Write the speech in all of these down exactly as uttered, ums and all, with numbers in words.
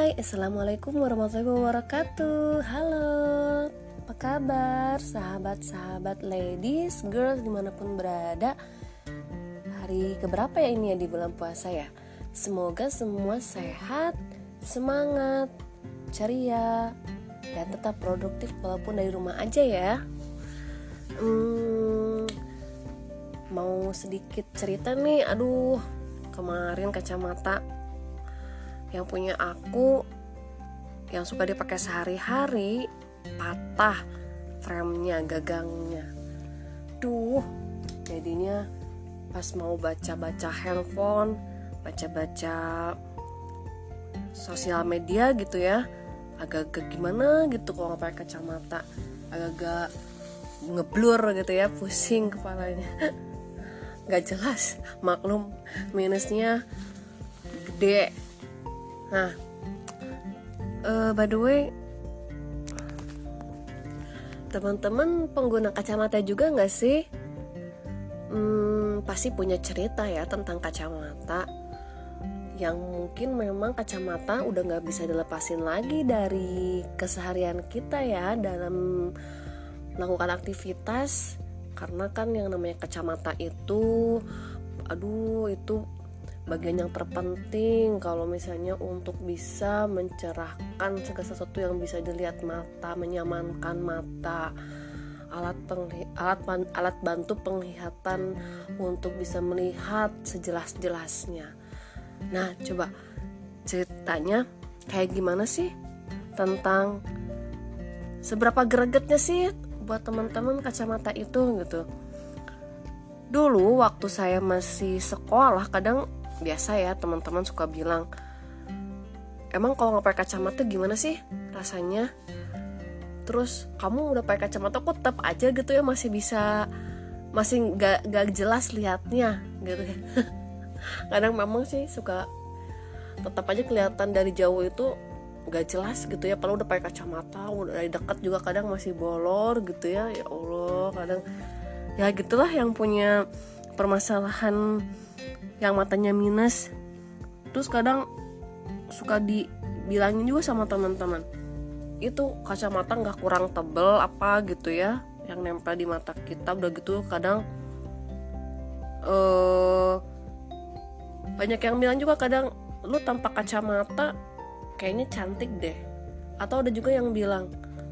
Hai, Assalamualaikum warahmatullahi wabarakatuh. Halo, apa kabar sahabat-sahabat ladies, girls dimanapun berada. Hari keberapa ya ini ya di bulan puasa ya. Semoga semua sehat, semangat, ceria, dan tetap produktif walaupun dari rumah aja ya. hmm, Mau sedikit cerita nih. Aduh, kemarin kacamata yang punya aku yang suka dipakai sehari-hari patah framenya, gagangnya. Duh, jadinya pas mau baca-baca handphone, baca-baca sosial media gitu ya, agak-agak gimana gitu kalau nggak pakai kacamata, agak-agak ngeblur gitu ya, pusing kepalanya. Nggak jelas, maklum minusnya gede. Nah, uh, by the way, teman-teman pengguna kacamata juga nggak sih? Hmm, pasti punya cerita ya tentang kacamata. Yang mungkin memang kacamata udah nggak bisa dilepasin lagi dari keseharian kita ya dalam melakukan aktivitas. Karena kan yang namanya kacamata itu, aduh itu bagian yang terpenting kalau misalnya untuk bisa mencerahkan segala sesuatu yang bisa dilihat mata, menyamankan mata, alat pengli- alat alat bantu penglihatan untuk bisa melihat sejelas-jelasnya. Nah, coba ceritanya kayak gimana sih tentang seberapa gregetnya sih buat teman-teman kacamata itu gitu. Dulu waktu saya masih sekolah, kadang biasa ya teman-teman suka bilang, emang kalau nggak pakai kacamata gimana sih rasanya? Terus kamu udah pakai kacamata kok tetap aja gitu ya masih bisa, masih nggak nggak jelas lihatnya gitu. Kadang memang sih suka tetap aja kelihatan dari jauh itu nggak jelas gitu ya. Padahal udah pakai kacamata, udah dari dekat juga kadang masih bolor gitu ya. Ya Allah, kadang ya gitulah yang punya permasalahan yang matanya minus. Terus kadang suka dibilangin juga sama teman-teman, itu kacamata nggak kurang tebel apa gitu ya yang nempel di mata kita. Udah gitu kadang uh, banyak yang bilang juga kadang, lu tanpa kacamata kayaknya cantik deh. Atau ada juga yang bilang,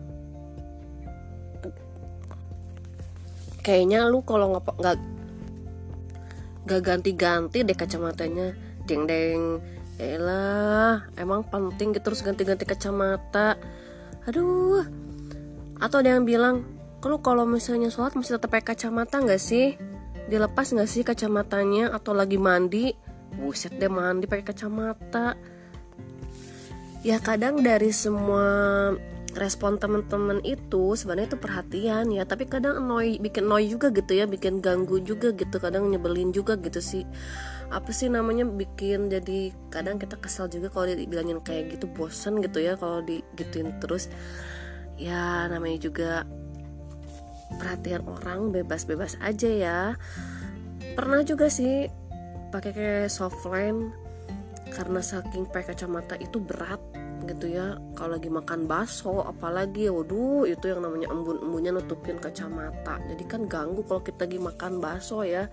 kayaknya lu kalau nggak nggak nggak ganti-ganti deh kacamatanya, deng deng, elah emang penting gitu terus ganti-ganti kacamata, aduh. Atau ada yang bilang, lu kalau misalnya sholat masih tetap pakai kacamata nggak sih, dilepas nggak sih kacamatanya, atau lagi mandi, buset deh mandi pakai kacamata. Ya kadang dari semua respon teman-teman itu sebenarnya itu perhatian ya, tapi kadang annoy, bikin annoy juga gitu ya, bikin ganggu juga gitu, kadang nyebelin juga gitu sih. Apa sih namanya, bikin jadi kadang kita kesal juga kalau dibilangin kayak gitu, bosen gitu ya kalau digituin terus. Ya namanya juga perhatian orang, bebas-bebas aja ya. Pernah juga sih pakai kayak softline karena saking pakai kacamata itu berat gitu ya. Kalau lagi makan bakso apalagi, waduh itu yang namanya embun-embunnya nutupin kacamata, jadi kan ganggu kalau kita lagi makan bakso ya.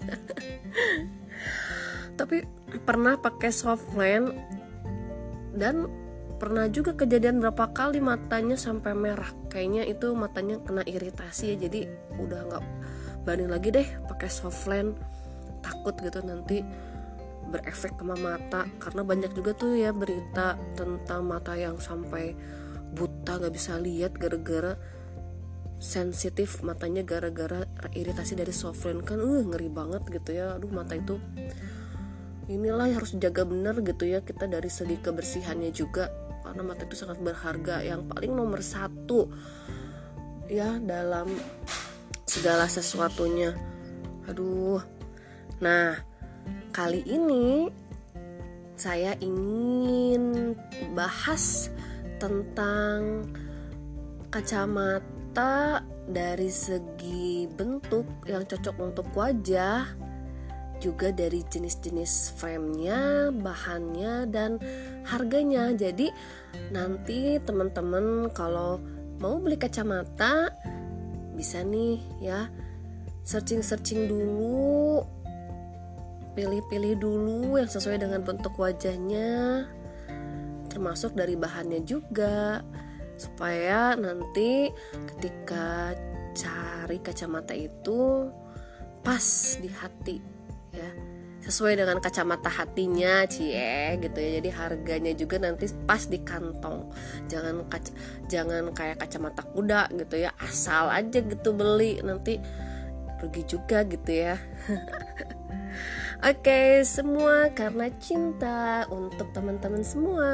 Tapi pernah pakai softline dan pernah juga kejadian berapa kali matanya sampai merah. Kayaknya itu matanya kena iritasi ya, jadi udah nggak berani lagi deh pakai softline, takut gitu nanti berefek sama mata. Karena banyak juga tuh ya berita tentang mata yang sampai buta, gak bisa lihat gara-gara sensitif matanya, gara-gara iritasi dari softline kan. uh ngeri banget gitu ya. Aduh, mata itu inilah harus dijaga bener gitu ya kita dari segi kebersihannya juga, karena mata itu sangat berharga, yang paling nomor satu ya dalam segala sesuatunya. Aduh. Nah, kali ini saya ingin bahas tentang kacamata dari segi bentuk yang cocok untuk wajah, juga dari jenis-jenis frame-nya, bahannya, dan harganya. Jadi nanti teman-teman kalau mau beli kacamata bisa nih ya searching-searching dulu, pilih-pilih dulu yang sesuai dengan bentuk wajahnya, termasuk dari bahannya juga, supaya nanti ketika cari kacamata itu pas di hati ya, sesuai dengan kacamata hatinya cie gitu ya. Jadi harganya juga nanti pas di kantong, jangan kaca, jangan kayak kacamata kuda gitu ya, asal aja gitu beli, nanti rugi juga gitu ya. Oke, semua karena cinta untuk teman-teman semua.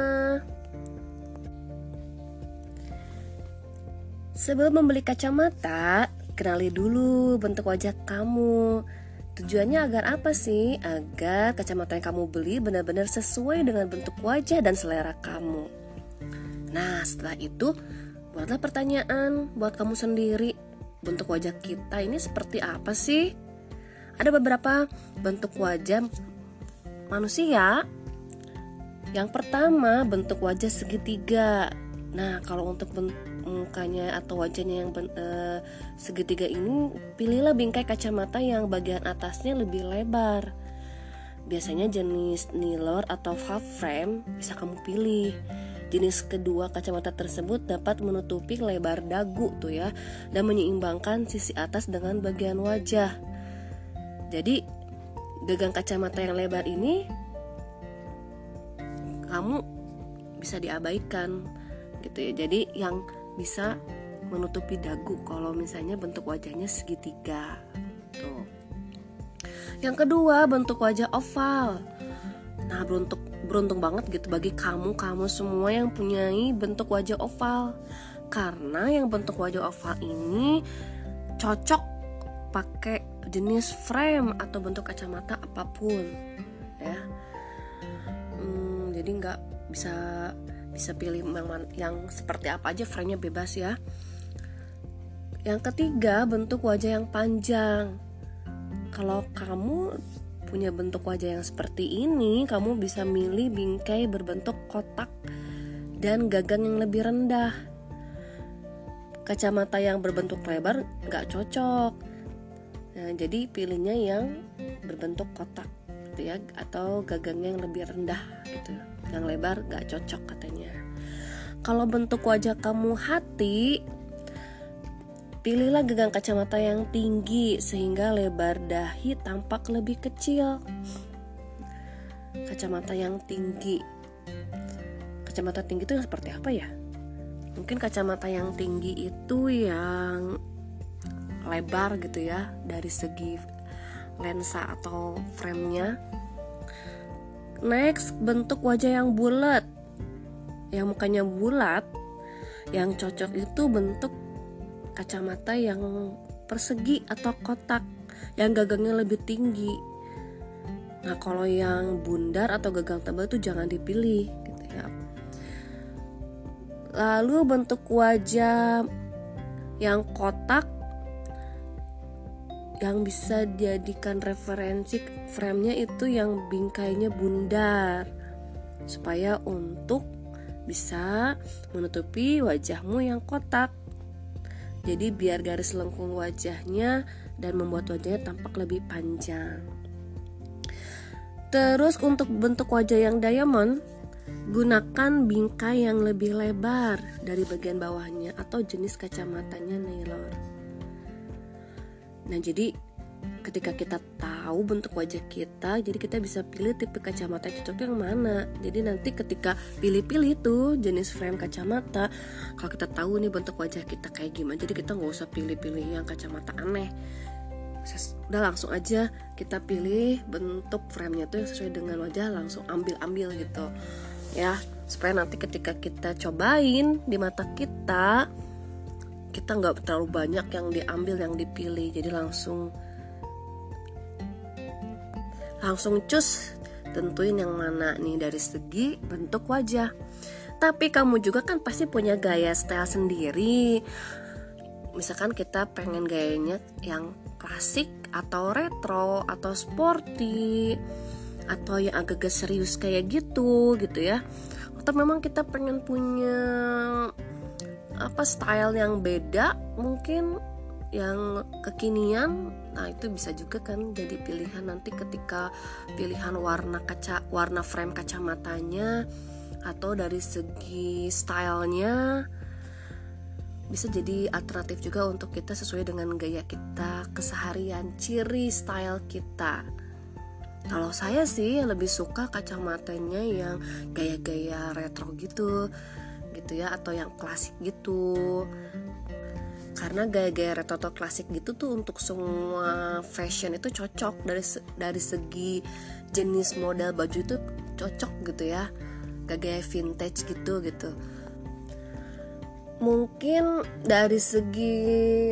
Sebelum membeli kacamata, kenali dulu bentuk wajah kamu. Tujuannya agar apa sih? Agar kacamata yang kamu beli benar-benar sesuai dengan bentuk wajah dan selera kamu. Nah, setelah itu buatlah pertanyaan buat kamu sendiri. Bentuk wajah kita ini seperti apa sih? Ada beberapa bentuk wajah manusia. Yang pertama, bentuk wajah segitiga. Nah, kalau untuk bentuk mukanya atau wajahnya yang ben, e, segitiga ini, pilihlah bingkai kacamata yang bagian atasnya lebih lebar. Biasanya jenis nilor atau half frame bisa kamu pilih. Jenis kedua kacamata tersebut dapat menutupi lebar dagu tuh ya, dan menyeimbangkan sisi atas dengan bagian wajah. Jadi gagang kacamata yang lebar ini kamu bisa diabaikan gitu ya. Jadi yang bisa menutupi dagu kalau misalnya bentuk wajahnya segitiga tuh. Yang kedua, bentuk wajah oval. Nah, beruntung beruntung banget gitu bagi kamu kamu semua yang punya bentuk wajah oval, karena yang bentuk wajah oval ini cocok pakai jenis frame atau bentuk kacamata apapun ya. Hmm, jadi nggak bisa bisa pilih yang, yang seperti apa aja, frame-nya bebas ya. Yang ketiga, bentuk wajah yang panjang. Kalau kamu punya bentuk wajah yang seperti ini, kamu bisa milih bingkai berbentuk kotak dan gagang yang lebih rendah. Kacamata yang berbentuk lebar nggak cocok. Nah, jadi pilihnya yang berbentuk kotak gitu ya, atau gagangnya yang lebih rendah gitu. Yang lebar nggak cocok katanya. Kalau bentuk wajah kamu hati, pilihlah gagang kacamata yang tinggi sehingga lebar dahi tampak lebih kecil. Kacamata yang tinggi. Kacamata tinggi itu yang seperti apa ya? Mungkin kacamata yang tinggi itu yang lebar gitu ya, dari segi lensa atau frame-nya. Next, bentuk wajah yang bulat. Yang mukanya bulat, yang cocok itu bentuk kacamata yang persegi atau kotak, yang gagangnya lebih tinggi. Nah, kalau yang bundar atau gagang tebal itu jangan dipilih gitu ya. Lalu bentuk wajah yang kotak, yang bisa dijadikan referensi frame-nya itu yang bingkainya bundar, supaya untuk bisa menutupi wajahmu yang kotak. Jadi biar garis lengkung wajahnya dan membuat wajahnya tampak lebih panjang. Terus untuk bentuk wajah yang diamond, gunakan bingkai yang lebih lebar dari bagian bawahnya atau jenis kacamatanya nylon. Nah, jadi ketika kita tahu bentuk wajah kita, jadi kita bisa pilih tipe kacamata cocok yang mana. Jadi nanti ketika pilih-pilih tuh jenis frame kacamata, kalau kita tahu nih bentuk wajah kita kayak gimana, jadi kita nggak usah pilih-pilih yang kacamata aneh. Udah langsung aja kita pilih bentuk frame-nya tuh yang sesuai dengan wajah, langsung ambil-ambil gitu ya, supaya nanti ketika kita cobain di mata kita, kita nggak terlalu banyak yang diambil, yang dipilih. Jadi langsung langsung cus tentuin yang mana nih dari segi bentuk wajah. Tapi kamu juga kan pasti punya gaya style sendiri. Misalkan kita pengen gayanya yang klasik atau retro atau sporty atau yang agak-agak serius kayak gitu gitu ya. Atau memang kita pengen punya apa style yang beda, mungkin yang kekinian. Nah itu bisa juga kan jadi pilihan nanti ketika pilihan warna kaca, warna frame kacamatanya atau dari segi stylenya bisa jadi alternatif juga untuk kita sesuai dengan gaya kita keseharian, ciri style kita. Kalau saya sih lebih suka kacamatanya yang gaya-gaya retro gitu gitu ya, atau yang klasik gitu. Karena gaya-gaya retro atau klasik gitu tuh untuk semua fashion itu cocok, dari dari segi jenis model baju itu cocok gitu ya, gaya-gaya vintage gitu gitu. Mungkin dari segi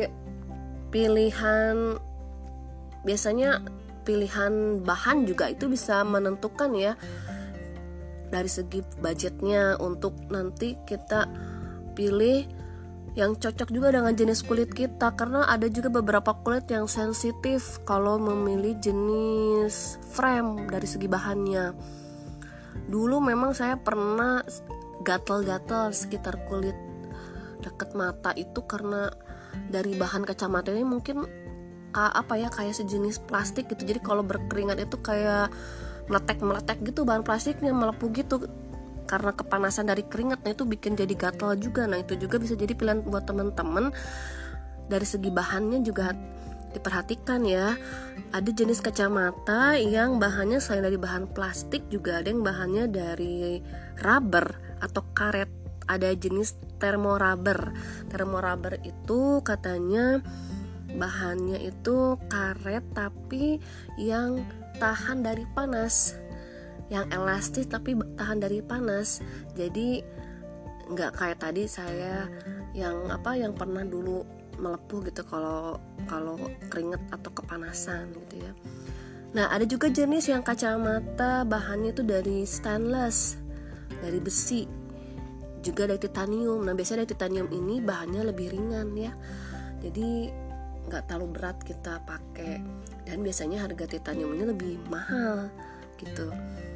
pilihan, biasanya pilihan bahan juga itu bisa menentukan ya dari segi budgetnya, untuk nanti kita pilih yang cocok juga dengan jenis kulit kita. Karena ada juga beberapa kulit yang sensitif kalau memilih jenis frame dari segi bahannya. Dulu memang saya pernah gatal-gatal sekitar kulit dekat mata itu karena dari bahan kacamata ini mungkin apa ya, kayak sejenis plastik gitu. Jadi kalau berkeringat itu kayak meletek-meletek gitu, bahan plastiknya melepuh gitu karena kepanasan dari keringat. Nah itu bikin jadi gatal juga. Nah itu juga bisa jadi pilihan buat teman-teman. Dari segi bahannya juga diperhatikan ya. Ada jenis kacamata yang bahannya selain dari bahan plastik juga ada yang bahannya dari rubber atau karet. Ada jenis thermorubber. Thermorubber itu katanya bahannya itu karet tapi yang tahan dari panas, yang elastis tapi tahan dari panas. Jadi nggak kayak tadi saya yang apa yang pernah dulu melepuh gitu kalau kalau keringet atau kepanasan gitu ya. Nah ada juga jenis yang kacamata bahannya itu dari stainless, dari besi, juga dari titanium. Nah biasanya dari titanium ini bahannya lebih ringan ya, jadi nggak terlalu berat kita pakai, dan biasanya harga titanium ini lebih mahal gitu.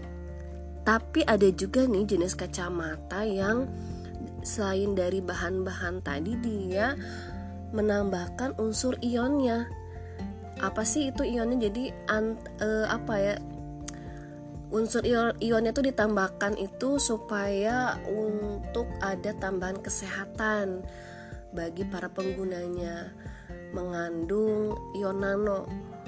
Tapi ada juga nih jenis kacamata yang selain dari bahan-bahan tadi dia menambahkan unsur ionnya. Apa sih itu ionnya? Jadi an, eh, apa ya? Unsur ion, ionnya itu ditambahkan itu supaya untuk ada tambahan kesehatan bagi para penggunanya. Mengandung ion nano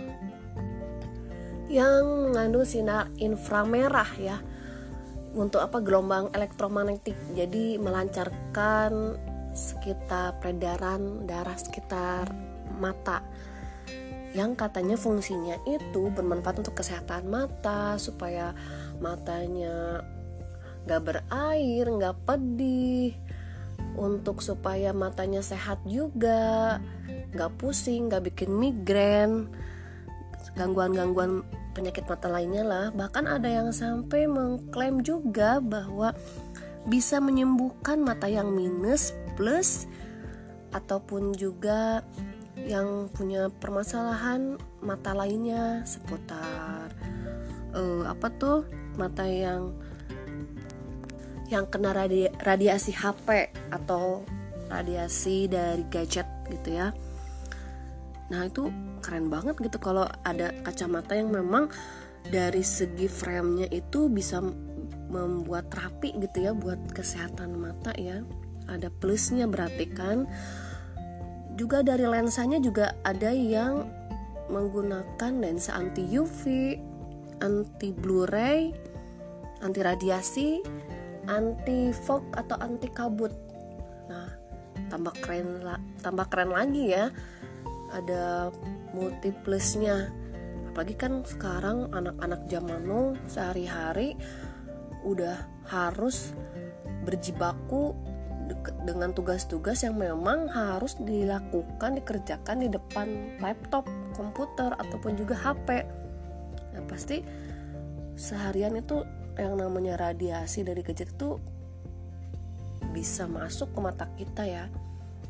yang mengandung sinar inframerah ya, untuk apa, gelombang elektromagnetik. Jadi melancarkan sekitar peredaran darah sekitar mata, yang katanya fungsinya itu bermanfaat untuk kesehatan mata, supaya matanya gak berair, gak pedih, untuk supaya matanya sehat juga, gak pusing, gak bikin migrain, gangguan-gangguan penyakit mata lainnya lah. Bahkan ada yang sampai mengklaim juga bahwa bisa menyembuhkan mata yang minus, plus, ataupun juga yang punya permasalahan mata lainnya seputar uh, apa tuh mata yang yang kena radi- radiasi H P atau radiasi dari gadget gitu ya. Nah itu keren banget gitu kalau ada kacamata yang memang dari segi frame-nya itu bisa membuat rapi gitu ya buat kesehatan mata ya. Ada plusnya berarti kan. Juga dari lensanya juga ada yang menggunakan lensa anti U V, anti Blu-ray, anti radiasi, anti fog atau anti kabut. Nah, tambah keren tambah keren lagi ya. Ada multi plusnya. Apalagi kan sekarang anak-anak zaman now sehari-hari udah harus berjibaku dengan tugas-tugas yang memang harus dilakukan, dikerjakan di depan laptop, komputer, ataupun juga H P. Nah, pasti seharian itu yang namanya radiasi dari gadget itu bisa masuk ke mata kita ya.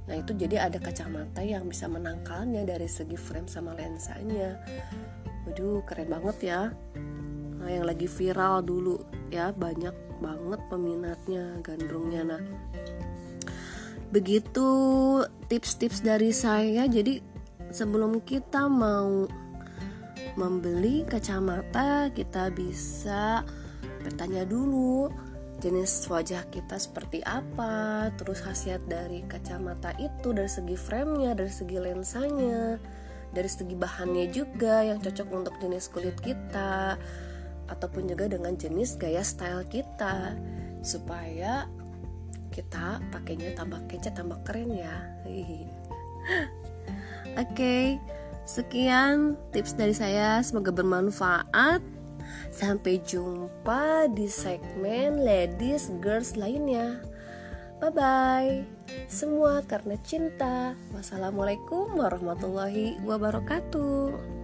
Nah itu jadi ada kacamata yang bisa menangkalnya dari segi frame sama lensanya. Waduh keren banget ya. Nah yang lagi viral dulu ya, banyak banget peminatnya gandrungnya. Nah begitu tips-tips dari saya. Jadi sebelum kita mau membeli kacamata, kita bisa bertanya dulu jenis wajah kita seperti apa, terus khasiat dari kacamata itu dari segi framenya, dari segi lensanya, dari segi bahannya juga yang cocok untuk jenis kulit kita, ataupun juga dengan jenis gaya style kita, supaya kita pakainya tambah kece, tambah keren ya. Oke, okay, sekian tips dari saya, semoga bermanfaat. Sampai jumpa di segmen Ladies Girls lainnya. Bye bye. Semua karena cinta. Wassalamualaikum warahmatullahi wabarakatuh.